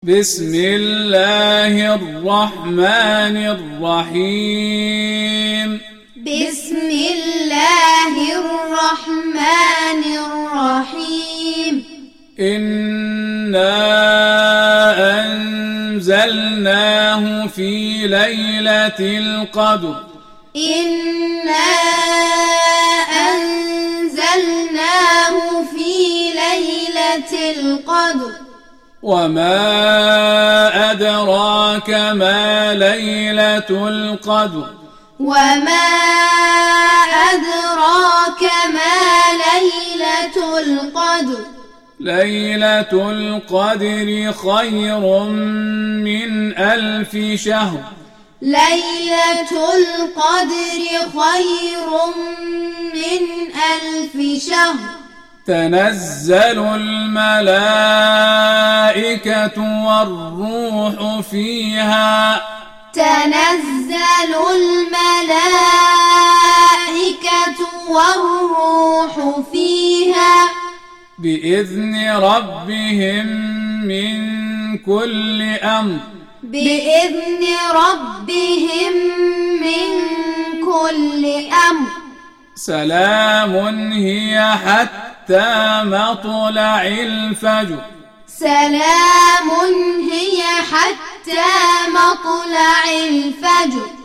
بسم الله الرحمن الرحيم. بسم الله الرحمن الرحيم. إنا أنزلناه في ليلة القدر. إنا أنزلناه في ليلة القدر. وما أدراك ما ليلة القدر. وما أدراك ما ليلة القدر. ليلة القدر خير من 1000 شهر. ليلة القدر خير من 1000 شهر. تنزل الملائكة والروح فيها. تنزل الملائكة والروح فيها بإذن ربهم من كل أمر. بإذن ربهم من كل أمر. سلام هي حتى مطلع الفجر. سلام هي حتى مطلع الفجر.